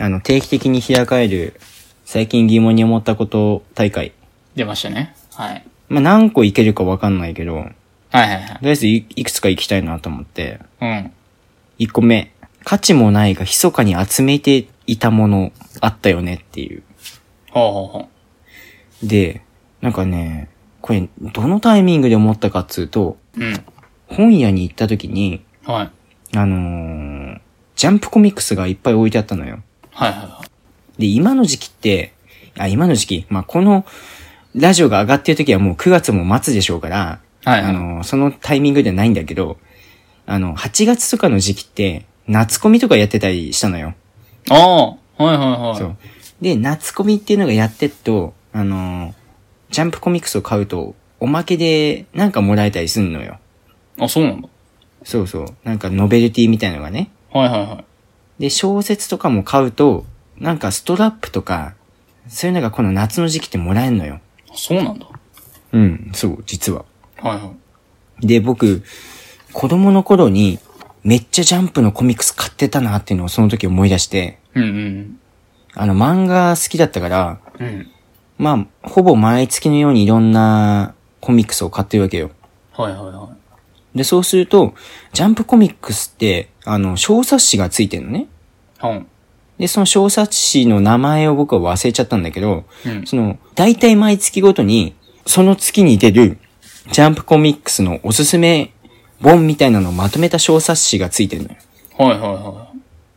定期的に開かれる、最近疑問に思ったこと大会。 出ましたね。はい。 まあ、何個いけるかわかんないけど、 はいはいはい。 とりあえずいくつか行きたいなと思って。 うん。 1個目。価値もないが密かに集めていたものあったよねっていう。 ほうほうほう。で、なんかね、これ、どのタイミングで思ったかっつうと、 うん。 本屋に行った時に、 はい。 ジャンプコミックスがいっぱい置いてあったのよ。 はいはいはい。 で、今の時期、まあ、この、ラジオが上がってる時はもう9月も末でしょうから、 はいはい。 そのタイミングではないんだけど、8月とかの時期って、夏コミとかやってたりしたのよ。 ああ、はいはいはい。 そう。で、夏コミっていうのがやってっと、ジャンプコミックスを買うと、おまけでなんかもらえたりすんのよ。 あ、そうなんだ。 そうそう。なんかノベルティみたいのがね。 はいはいはい。 で、小説とかも買うと、なんかストラップとか、そういうのがこの夏の時期ってもらえんのよ。 あ、そうなんだ。 うん、そう、実は。 はいはい。 で、僕、子供の頃に、めっちゃジャンプのコミックス買ってたなっていうのをその時思い出して、 うんうん漫画好きだったから、 うん。うん。 まあ、ほぼ毎月のようにいろんなコミックスを買ってるわけよ。 はいはいはい。 で、そうすると、ジャンプコミックスって、小冊子がついてるのね。 うん。 で、その小冊子の名前を僕は忘れちゃったんだけど、 うん。 大体毎月ごとに、その月に出る、ジャンプコミックスのおすすめ本みたいなのをまとめた小冊子がついてるのよ。 はいはいはい。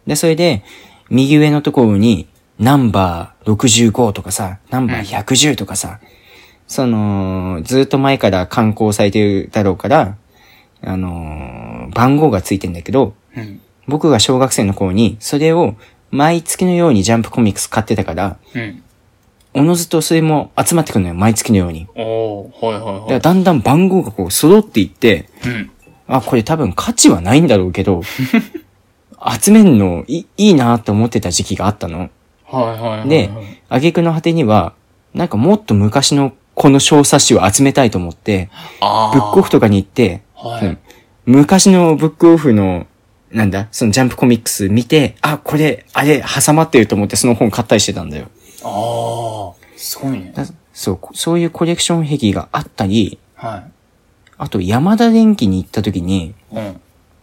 で、それで、右上のところに、ナンバー65とかさ、ナンバー110とかさ、ずっと前から刊行されてるだろうから、番号がついてんだけど、 うん。 僕が小学生の頃に、それを毎月のようにジャンプコミックス買ってたから、 うん。 おのずとそれも集まってくるのよ、毎月のように。 おー、はいはいはい。 だからだんだん番号がこう揃っていって、 うん。 あ、これ多分価値はないんだろうけど、集めんのいいなって思ってた時期があったの。 はいはいはいはい。 で、挙句の果てには、なんかもっと昔のこの小冊子を集めたいと思って、ブックオフとかに行って、 はい。 昔のブックオフの、そのジャンプコミックス見て、あ、これ、あれ、挟まってると思ってその本買ったりしてたんだよ。 ああ、すごいね。 そういうコレクション癖があったり、 はい。 あと山田電機に行った時に、 うん。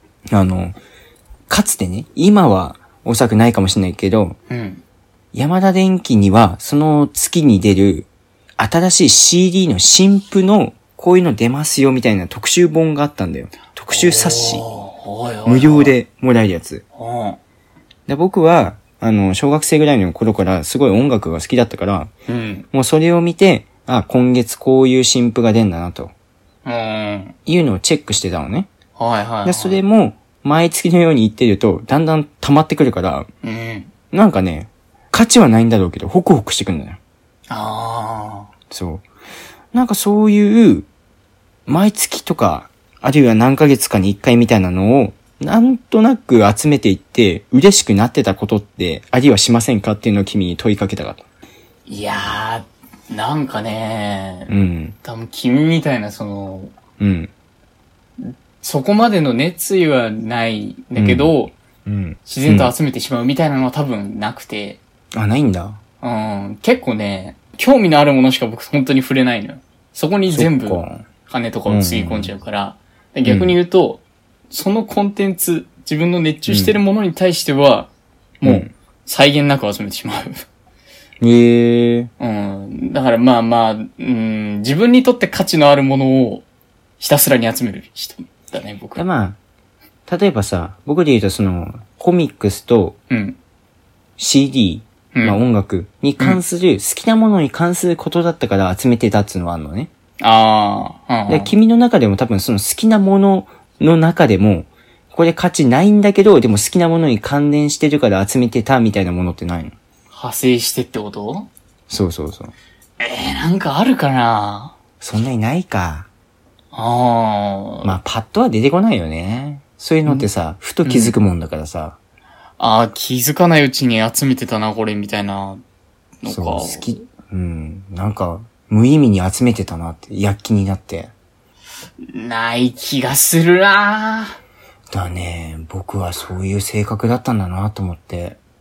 かつてね、今はおそらくないかもしれないけど、 うん。 山田電機にはその月に出る新しい CD の新譜のこういうの出ますよみたいな特集本があったんだよ。特集冊子。無料でもらえるやつ。で僕は、小学生ぐらいの頃からすごい音楽が好きだったから、 うん。 もうそれを見て、あ、今月こういう新譜が出んだなと。 うん。 いうのをチェックしてたのね。 はいはい、はい。 で、それも毎月のように言ってると、だんだん溜まってくるから、 うん。 なんかね、価値はないんだろうけど、ホクホクしてくるんだよ。 ああ。 そう。なんかそういう、毎月とか、あるいは何ヶ月かに一回みたいなのを、なんとなく集めていって、嬉しくなってたことって、ありはしませんかっていうのを君に問いかけたかと。 いやー、なんかね、 うん。 多分君みたいなうん。 そこまでの熱意はないんだけど、 うん。 自然と集めてしまうみたいなのは多分なくて、 あ、ないんだ。 うん、結構ね、興味のあるものしか僕本当に触れないのよ。そこに全部金とかをつぎ込んじゃうから、逆に言うと、そのコンテンツ、自分の熱中してるものに対しては、もう際限なく集めてしまう。 へえ。 うん。だからまあまあ、自分にとって価値のあるものをひたすらに集める人だね、僕。 まあ、例えばさ、僕で言うとコミックスと、CD、まあ音楽に関する、好きなものに関することだったから集めてたっていうのはあるのね。 ああ。 で君の中でも多分その好きなものの中でも、これ価値ないんだけど、でも好きなものに関連してるから集めてたみたいなものってないの？ 派生してってこと？ そうそうそう。 なんかあるかな？ そんなにないか。 ああ。 まあパッとは出てこないよね。そういうのってさ、ふと気づくもんだからさ。 ああ、気づかないうちに集めてたな、これ、みたいなのか。 そう、好き。なんか、無意味に集めてたなって、躍起になって。 ない気がするなだね、僕はそういう性格だったんだなと思って。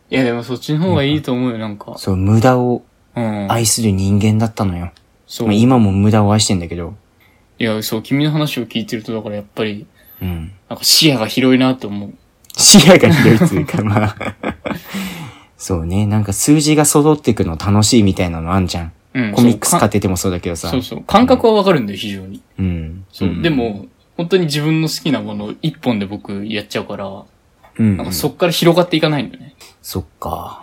いやでもそっちの方がいいと思うよ、なんか。 そう、無駄をうん。 愛する人間だったのよ。 そう。 まあ、今も無駄を愛してんだけど。 いや、そう、君の話を聞いてると、だからやっぱり、 うん。 なんか視野が広いなって思う。 視野が広いっていうか、まあ。そうね。なんか数字が揃っていくの楽しいみたいなのあんじゃん。 うん。 コミックス買っててもそうだけどさ。 そうそう。感覚はわかるんだよ、非常に。 うん。 そう。 んでも、本当に自分の好きなものを一本で僕やっちゃうから、 うん。 なんかそっから広がっていかないんだよね。 そっか。 うん。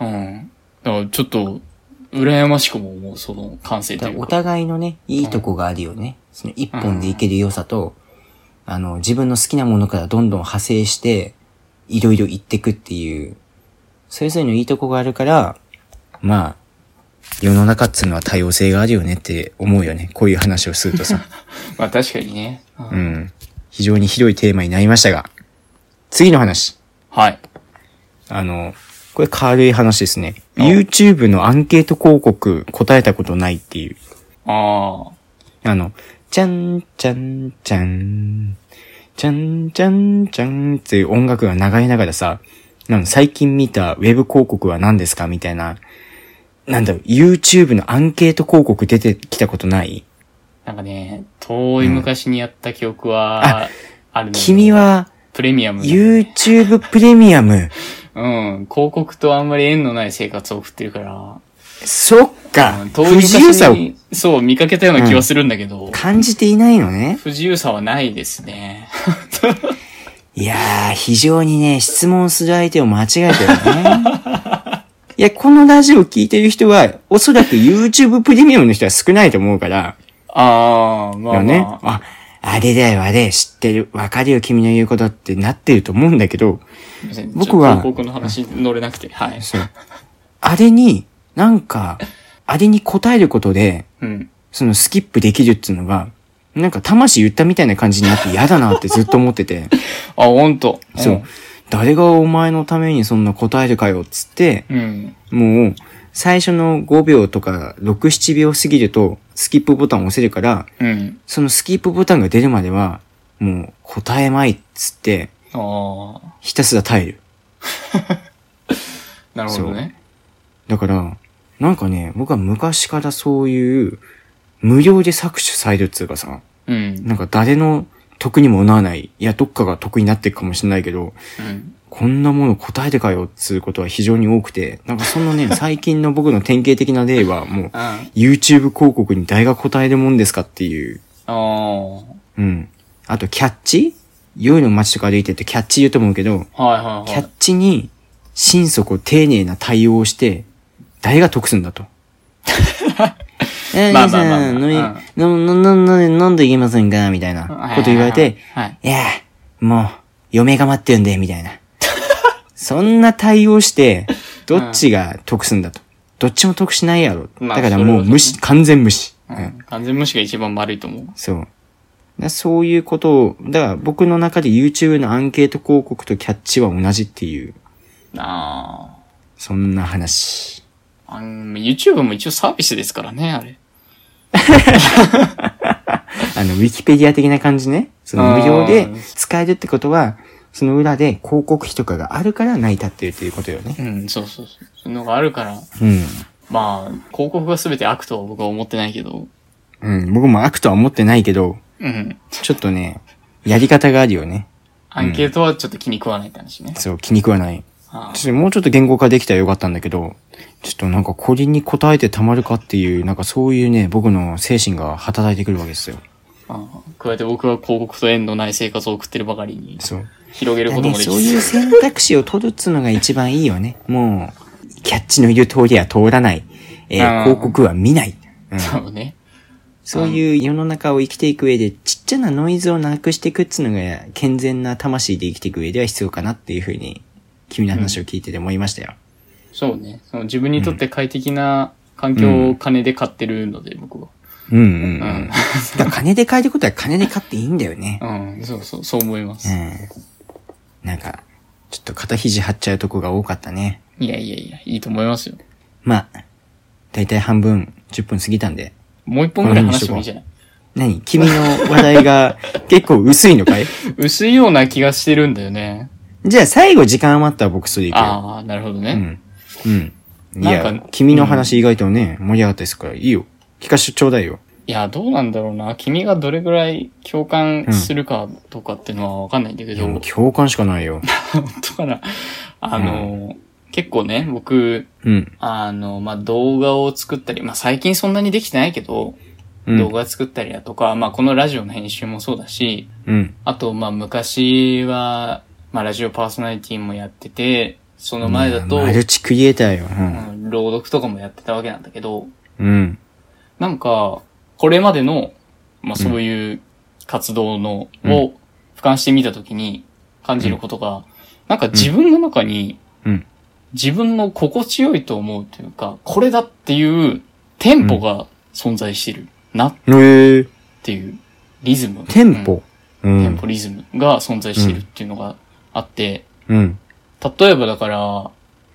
だからちょっと、羨ましくも思う、その感性というか。 お互いのね、いいとこがあるよね。その一本でいける良さと、自分の好きなものからどんどん派生して、いろいろ言ってくっていう、それぞれのいいとこがあるから、まあ、世の中っつうのは多様性があるよねって思うよね。こういう話をするとさ。 まあ確かにね。 うん。非常に広いテーマになりましたが、次の話。 はい。 これ軽い話ですね。YouTube のアンケート広告答えたことないっていう。 ああ。 ちゃんちゃんちゃん、ちゃんちゃんちゃんっていう音楽が流れながらさ、最近見たウェブ広告は何ですかみたいな、YouTube のアンケート広告出てきたことない？ なんかね、遠い昔にやった記憶は、あるね。 君は、 プレミアム、ね。 YouTube プレミアム。 うん。広告とあんまり縁のない生活を送ってるから。 そっか。 遠い昔に、そう、見かけたような気はするんだけど。 感じていないのね。 不自由さはないですね。 いやー、非常にね、質問する相手を間違えてるね。いや、このラジオ聞いてる人は、おそらく YouTube プレミアムの人は少ないと思うから。 ああ、まあ、まあ。 ね。あれだよ、あれ、知ってる、わかるよ、君の言うことってなってると思うんだけど、僕は、 広告の話乗れなくて、はい。 そう。あれに答えることで、 うん。 そのスキップできるっていうのが、なんか魂言ったみたいな感じになって嫌だなってずっと思ってて。 あ、ほんと。 そう。誰がお前のためにそんな答えるかよっつって、 うん。 もう、最初の5秒とか6、7秒過ぎると、スキップボタンを押せるから、 うん。 そのスキップボタンが出るまでは、もう答えまいっつって、ひたすら耐える。 なるほどね。 だから、なんかね、僕は昔からそういう、無料で搾取されるっつうかさ、 うん。 なんか誰の得にもならない、いや、どっかが得になっていくかもしれないけど、 うん。 こんなもの答えてかよっつうことは非常に多くて、なんかそのね、最近の僕の典型的な例はもう、YouTube 広告に誰が答えるもんですかっていう。うん。あと、キャッチ？夜の街とか歩いててキャッチ言うと思うけど、キャッチに心底丁寧な対応をして、誰が得するんだと。 まあまあまあ。 飲んでいけませんかみたいなこと言われて、いや、もう、嫁が待ってるんで、みたいな。そんな対応して、どっちが得すんだと。どっちも得しないやろ。だからもう無視、完全無視。 完全無視が一番悪いと思う。 そう。そういうことを、だから僕の中で YouTube のアンケート広告とキャッチは同じっていう。そんな話。 YouTube も一応サービスですからね、あれ。 ウィキペディア的な感じね。その無料で使えるってことは、その裏で広告費とかがあるから成り立ってるっていうことよね。 うん、そうそうそう。そういうのがあるから。 うん。 まあ、広告が全て悪とは僕は思ってないけど。 うん、僕も悪とは思ってないけど、 うん。 ちょっとね、やり方があるよね。 アンケートはちょっと気に食わないって話ね。 そう、気に食わない。もうちょっと言語化できたらよかったんだけど、ちょっとなんかこれに答えてたまるかっていう、なんかそういうね、僕の精神が働いてくるわけですよ。 加えて僕は広告と縁のない生活を送ってるばかりに、 そう。 広げることもできる。 そういう選択肢を取るっつうのが一番いいよね。もう、キャッチの言う通りは通らない。広告は見ない。 そうね。 そういう世の中を生きていく上で、ちっちゃなノイズをなくしていくっつうのが、健全な魂で生きていく上では必要かなっていうふうに、君の話を聞いてて思いましたよ。 そうね。その自分にとって快適な環境を金で買ってるので、僕は。 だから金で買えることは金で買っていいんだよね。 そう思います。 なんか、ちょっと肩肘張っちゃうとこが多かったね。 いや、いいと思いますよ。 まあ、だいたい半分、10分過ぎたんで。 もう一本ぐらい話してもいいじゃない？ 何？君の話題が結構薄いのかい？ 薄いような気がしてるんだよね。 じゃあ最後時間余ったら僕それいくよ。 なるほどね。 うん。いなんや、 か君の話意外とね、盛り上がったですから、いいよ。聞かせてちょうだいよ。 いや、どうなんだろうな。君がどれぐらい共感するかとかっていうのはわかんないんだけど。 いや、もう共感しかないよ。 本当かな。結構ね、僕、 うん。 まあ、動画を作ったり、まあ、最近そんなにできてないけど、動画作ったりだとか、まあ、このラジオの編集もそうだし、あと、まあ、昔は、まあ、ラジオパーソナリティもやってて、その前だと、 マルチクリエイターよ。 朗読とかもやってたわけなんだけど、なんか、これまでの、まあ、そういう活動の、を俯瞰してみたときに感じることが、なんか自分の中に、自分の心地よいと思うというか、これだっていうテンポが存在してるなっていうリズム。 テンポ、 テンポリズムが存在してるっていうのがあって、例えばだから、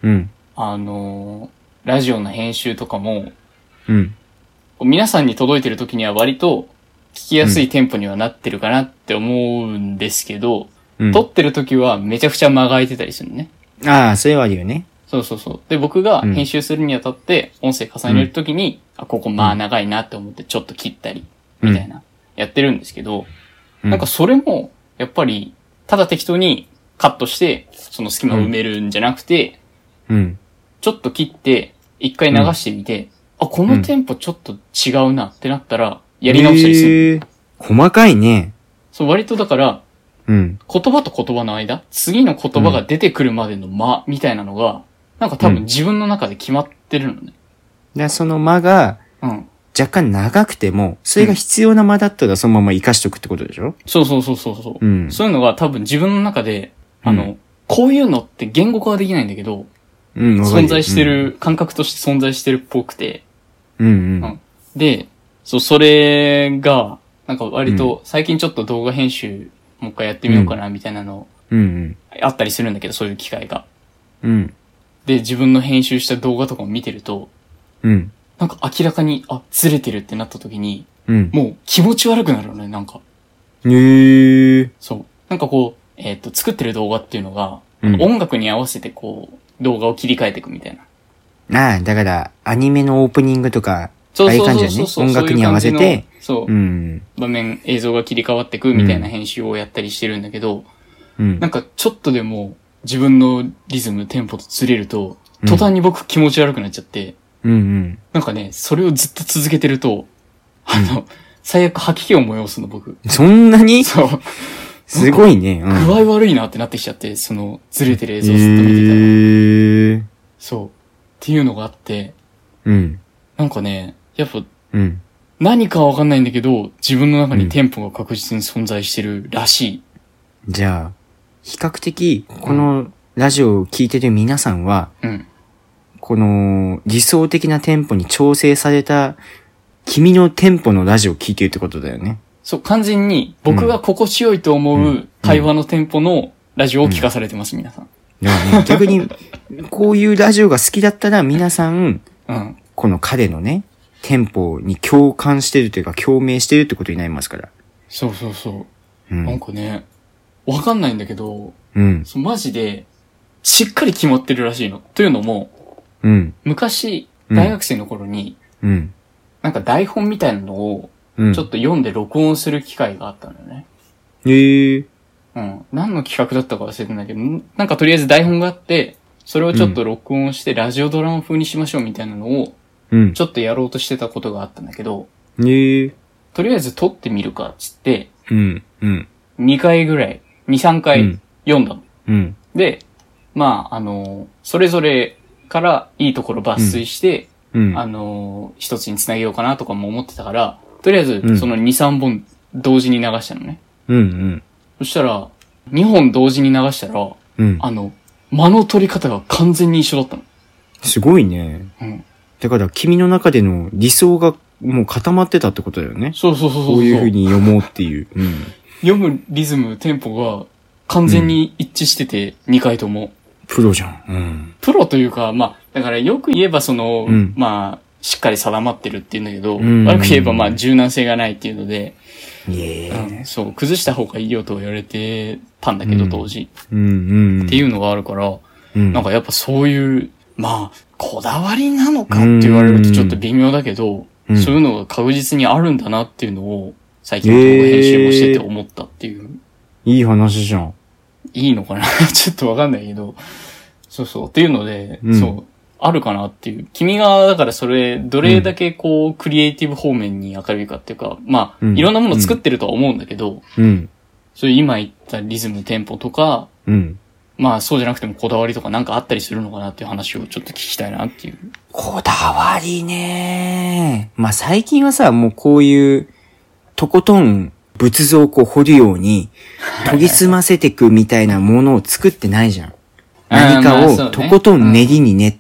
ラジオの編集とかも、皆さんに届いてる時には割と聞きやすいテンポにはなってるかなって思うんですけど、撮ってる時はめちゃくちゃ間が空いてたりするのね。 ああ、それはあるよね。 そうそうそう。で、僕が編集するにあたって、音声重ねるときに、ここまあ長いなって思ってちょっと切ったり、みたいな、やってるんですけど、なんかそれも、やっぱり、ただ適当にカットして、その隙間を埋めるんじゃなくて、ちょっと切って、一回流してみて、このテンポちょっと違うなってなったら、やり直したりする。 細かいね。 そう、割とだから、言葉と言葉の間、次の言葉が出てくるまでの間、みたいなのが、なんか多分自分の中で決まってるのね。 で、その間が、若干長くても、それが必要な間だったらそのまま活かしとくってことでしょ？ そうそうそうそう。そういうのが多分自分の中で、こういうのって言語化はできないんだけど、存在してる、感覚として存在してるっぽくて、で、それが、なんか割と最近ちょっと動画編集もう一回やってみようかなみたいなのあったりするんだけど、そういう機会が。で、自分の編集した動画とかを見てると、なんか明らかに、ずれてるってなった時に、もう気持ち悪くなるのね、なんか。そう。なんかこう、作ってる動画っていうのが、音楽に合わせてこう、動画を切り替えていくみたいな。 ああ、だから、アニメのオープニングとか、ああいう感じだね。音楽に合わせて、 場面、映像が切り替わっていくみたいな編集をやったりしてるんだけど、なんかちょっとでも自分のリズム、テンポとずれると、途端に僕気持ち悪くなっちゃって、なんかね、それをずっと続けてると、最悪吐き気を催すの僕。 そんなに？ そう。 すごいね。 具合悪いなってなってきちゃって、そのずれてる映像をずっと見てたら。そう。っていうのがあって、なんかね、やっぱ、何かはわかんないんだけど、自分の中にテンポが確実に存在してるらしい。 じゃあ、比較的、このラジオを聞いてる皆さんは、この理想的なテンポに調整された君のテンポのラジオを聞いてるってことだよね。 そう、完全に僕が心地よいと思う会話のテンポのラジオを聞かされてます、皆さん。 逆に、こういうラジオが好きだったら皆さん、この彼のね、テンポに共感してるというか共鳴してるってことになりますから。 そうそうそう。なんかね、わかんないんだけど、マジで、しっかり決まってるらしいの。というのも、昔、大学生の頃に、なんか台本みたいなのを、ちょっと読んで録音する機会があったんだよね。何の企画だったか忘れてないけど、なんかとりあえず台本があって、それをちょっと録音してラジオドラマ風にしましょうみたいなのを、ちょっとやろうとしてたことがあったんだけど、とりあえず撮ってみるかっつって、2回ぐらい、2、3回読んだの。で、まあ、それぞれからいいところ抜粋して、一つにつなげようかなとかも思ってたから、とりあえずその2、3本同時に流したのね。そしたら、2本同時に流したら、間の取り方が完全に一緒だったの。 すごいね。だから君の中での理想がもう固まってたってことだよね。 そう。こういう風に読もうっていう。 読むリズム、テンポが完全に一致してて、2回とも。 プロじゃん。 プロというか、まあ、だからよく言えばまあ、しっかり定まってるっていうんだけど、悪く言えばまあ柔軟性がないっていうので、そう、崩した方がいいよと言われてたんだけど、当時。っていうのがあるから、なんかやっぱそういうまあ、こだわりなのかって言われるとちょっと微妙だけど、そういうのが確実にあるんだなっていうのを、最近動画編集もしてて思ったっていう。 いい話じゃん。 いいのかなちょっとわかんないけど。そうそう。っていうので、そう、あるかなっていう。君が、だからそれ、どれだけこう、クリエイティブ方面に明るいかっていうか、まあ、いろんなもの作ってるとは思うんだけど、そういう今言ったリズム、テンポとか、まあそうじゃなくてもこだわりとかなんかあったりするのかなっていう話をちょっと聞きたいなっていう。 こだわりね。まあ最近はさ、もうこういう、とことん仏像をこう掘るように、研ぎ澄ませていくみたいなものを作ってないじゃん。何かをとことん練りに練って、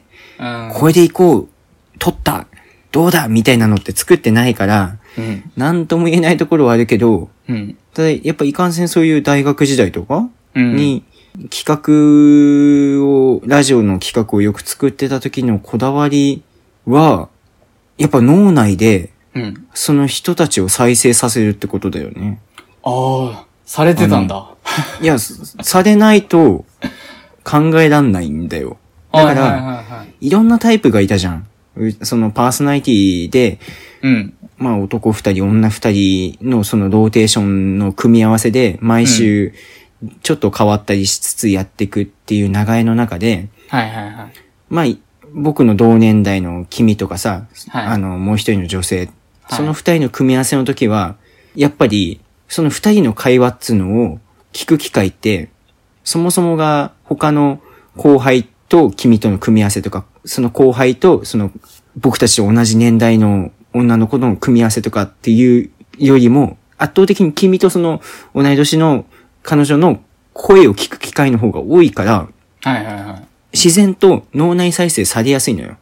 これでいこう、取った、どうだみたいなのって作ってないから、なんとも言えないところはあるけど、ただやっぱいかんせんそういう大学時代とかに、企画を、ラジオの企画をよく作ってた時のこだわりは、やっぱ脳内で、その人たちを再生させるってことだよね。 ああ、されてたんだ。 いや、されないと考えらんないんだよ。だから、いろんなタイプがいたじゃん。そのパーソナリティで、まあ男二人、女二人のそのローテーションの組み合わせで、毎週ちょっと変わったりしつつやっていくっていう流れの中で、まあ、僕の同年代の君とかさ、もう一人の女性、その二人の組み合わせの時は、やっぱり、その二人の会話っつうのを聞く機会って、そもそもが他の後輩と君との組み合わせとか、その後輩とその僕たちと同じ年代の女の子の組み合わせとかっていうよりも、圧倒的に君とその同い年の彼女の声を聞く機会の方が多いから、自然と脳内再生されやすいのよ。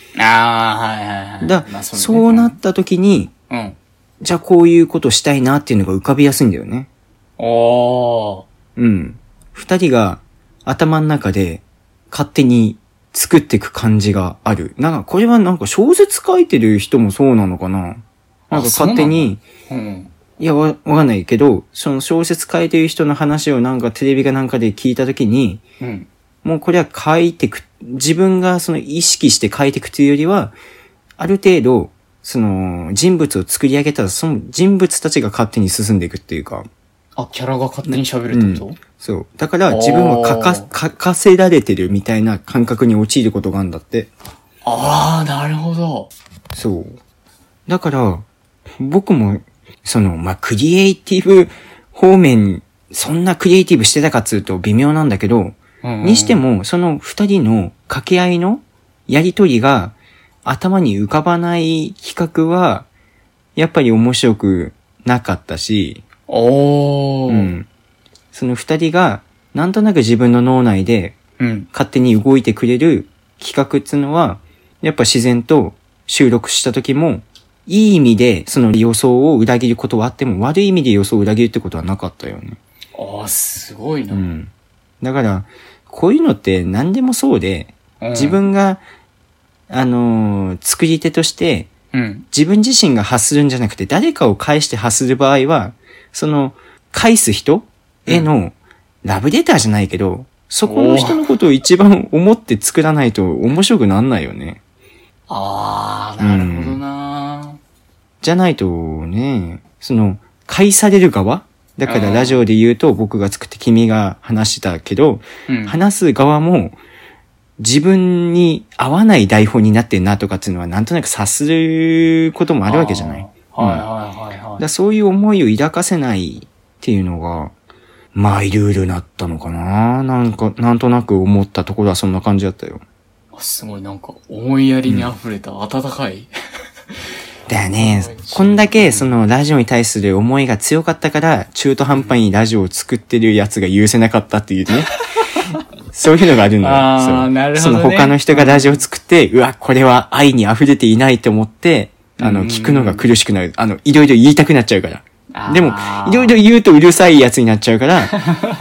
そうなった時に、じゃあこういうことしたいなっていうのが浮かびやすいんだよね。二人が頭の中で勝手に作っていく感じがある。なんかこれはなんか小説書いてる人もそうなのかな。なんか勝手に、いや、わかんないけど、その小説書いてる人の話をなんかテレビかなんかで聞いたときに、もうこれは書いてく、自分がその意識して書いていくというよりは、ある程度、その人物を作り上げたら、その人物たちが勝手に進んでいくっていうか。 キャラが勝手に喋るってこと？ そう。だから自分は書かせられてるみたいな感覚に陥ることがあるんだって。 なるほど。 そう。だから、僕も、クリエイティブ方面、そんなクリエイティブしてたかっつうと微妙なんだけど、にしても、その二人の掛け合いのやりとりが頭に浮かばない企画は、やっぱり面白くなかったし、その二人が、なんとなく自分の脳内で、勝手に動いてくれる企画っていうのは、やっぱ自然と収録した時も、いい意味でその予想を裏切ることはあっても、悪い意味で予想を裏切るってことはなかったよね。 すごいな。 だから、こういうのって何でもそうで、自分が、作り手として、自分自身が発するんじゃなくて、誰かを介して発する場合は、その、返す人へのラブレターじゃないけど、そこの人のことを一番思って作らないと面白くなんないよね。 なるほどな。 じゃないとね、その、返される側だからラジオで言うと僕が作って君が話してたけど、話す側も自分に合わない台本になってんなとかっていうのはなんとなく察することもあるわけじゃない。だそういう思いを抱かせないっていうのが、マイルールだったのかな。なんとなく思ったところはそんな感じだったよ。 すごいなんか思いやりに溢れた温かい。 だよね。こんだけそのラジオに対する思いが強かったから中途半端にラジオを作ってるやつが許せなかったっていうね。そういうのがあるのよ。 なるほどね。 その他の人がラジオを作って、うわ、これは愛に溢れていないと思って、聞くのが苦しくなる。いろいろ言いたくなっちゃうから。でも、いろいろ言うとうるさいやつになっちゃうから、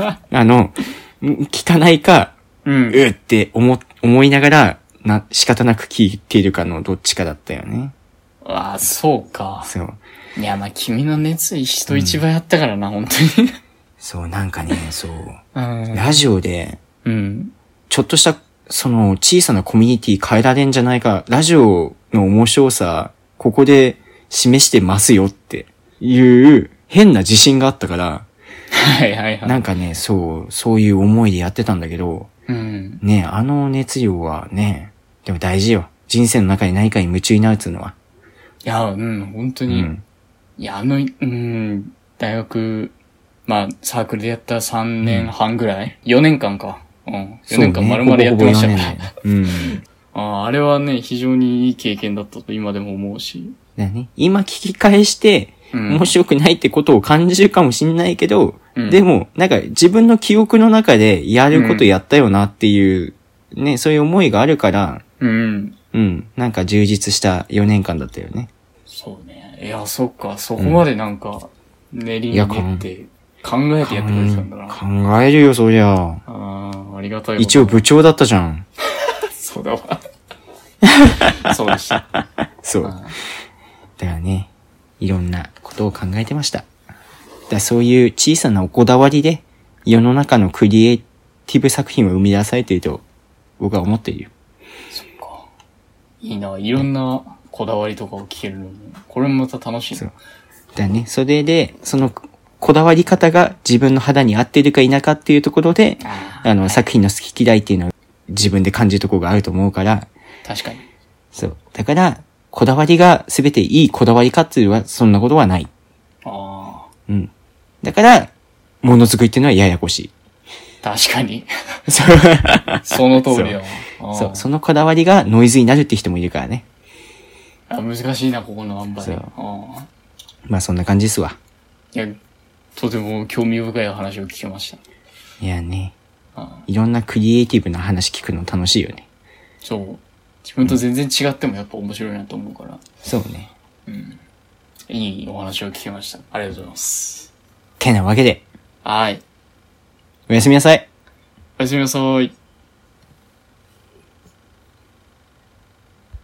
聞かないか、って思いながら、仕方なく聞いているかのどっちかだったよね。 そうか。 そう。 いや、君の熱意人一倍あったからな、本当に。 そう、なんかね、そう。ラジオで、ちょっとした、 その小さなコミュニティ変えられんじゃないか、ラジオの面白さ、ここで示してますよっていう変な自信があったから、 はいはいはい。 なんかね、そういう思いでやってたんだけど、 うん。 ね、あの熱量はね、でも大事よ。人生の中に何かに夢中になるっていうのは。 いや、うん、本当に。いや、大学、まあ、サークルでやった3年半ぐらい、?4 年間か。うん。4年間丸々やってましたね。あれはね、非常にいい経験だったと今でも思うし。 だね。今聞き返して、面白くないってことを感じるかもしんないけど、でも、なんか自分の記憶の中でやることやったよなっていう、ね、そういう思いがあるから、なんか充実した4年間だったよね。 そうね。いや、そっか、そこまでなんか、練りに練って考えてやってくれてたんだな。 考えるよ、そりゃ。 ありがたい。 一応部長だったじゃん。 そうだわ。そうでした。 そう。だからね、いろんなことを考えてました。だそういう小さなおこだわりで、世の中のクリエイティブ作品を生み出されていると、僕は思っているよ。 そっか。いいな、いろんなこだわりとかを聞けるのも、これもまた楽しい。 そうだね。それで、そのこだわり方が自分の肌に合っているか否かっていうところで、作品の好き嫌いっていうのを自分で感じるところがあると思うから。 確かに。 そう。だから、こだわりが全ていいこだわりかっていうのは、そんなことはない。だから、ものづくりっていうのはややこしい。 確かに。その通りだわ。 そう。そのこだわりがノイズになるって人もいるからね。 難しいな、ここの塩梅。 まあそんな感じですわ。 いや、とても興味深い話を聞きました。 いやね。いろんなクリエイティブな話聞くの楽しいよね。 そう。自分と全然違ってもやっぱ面白いなと思うから。 そうね。 いいお話を聞きました。ありがとうございます。 てなわけで。 はい。 おやすみなさい。 おやすみなさい。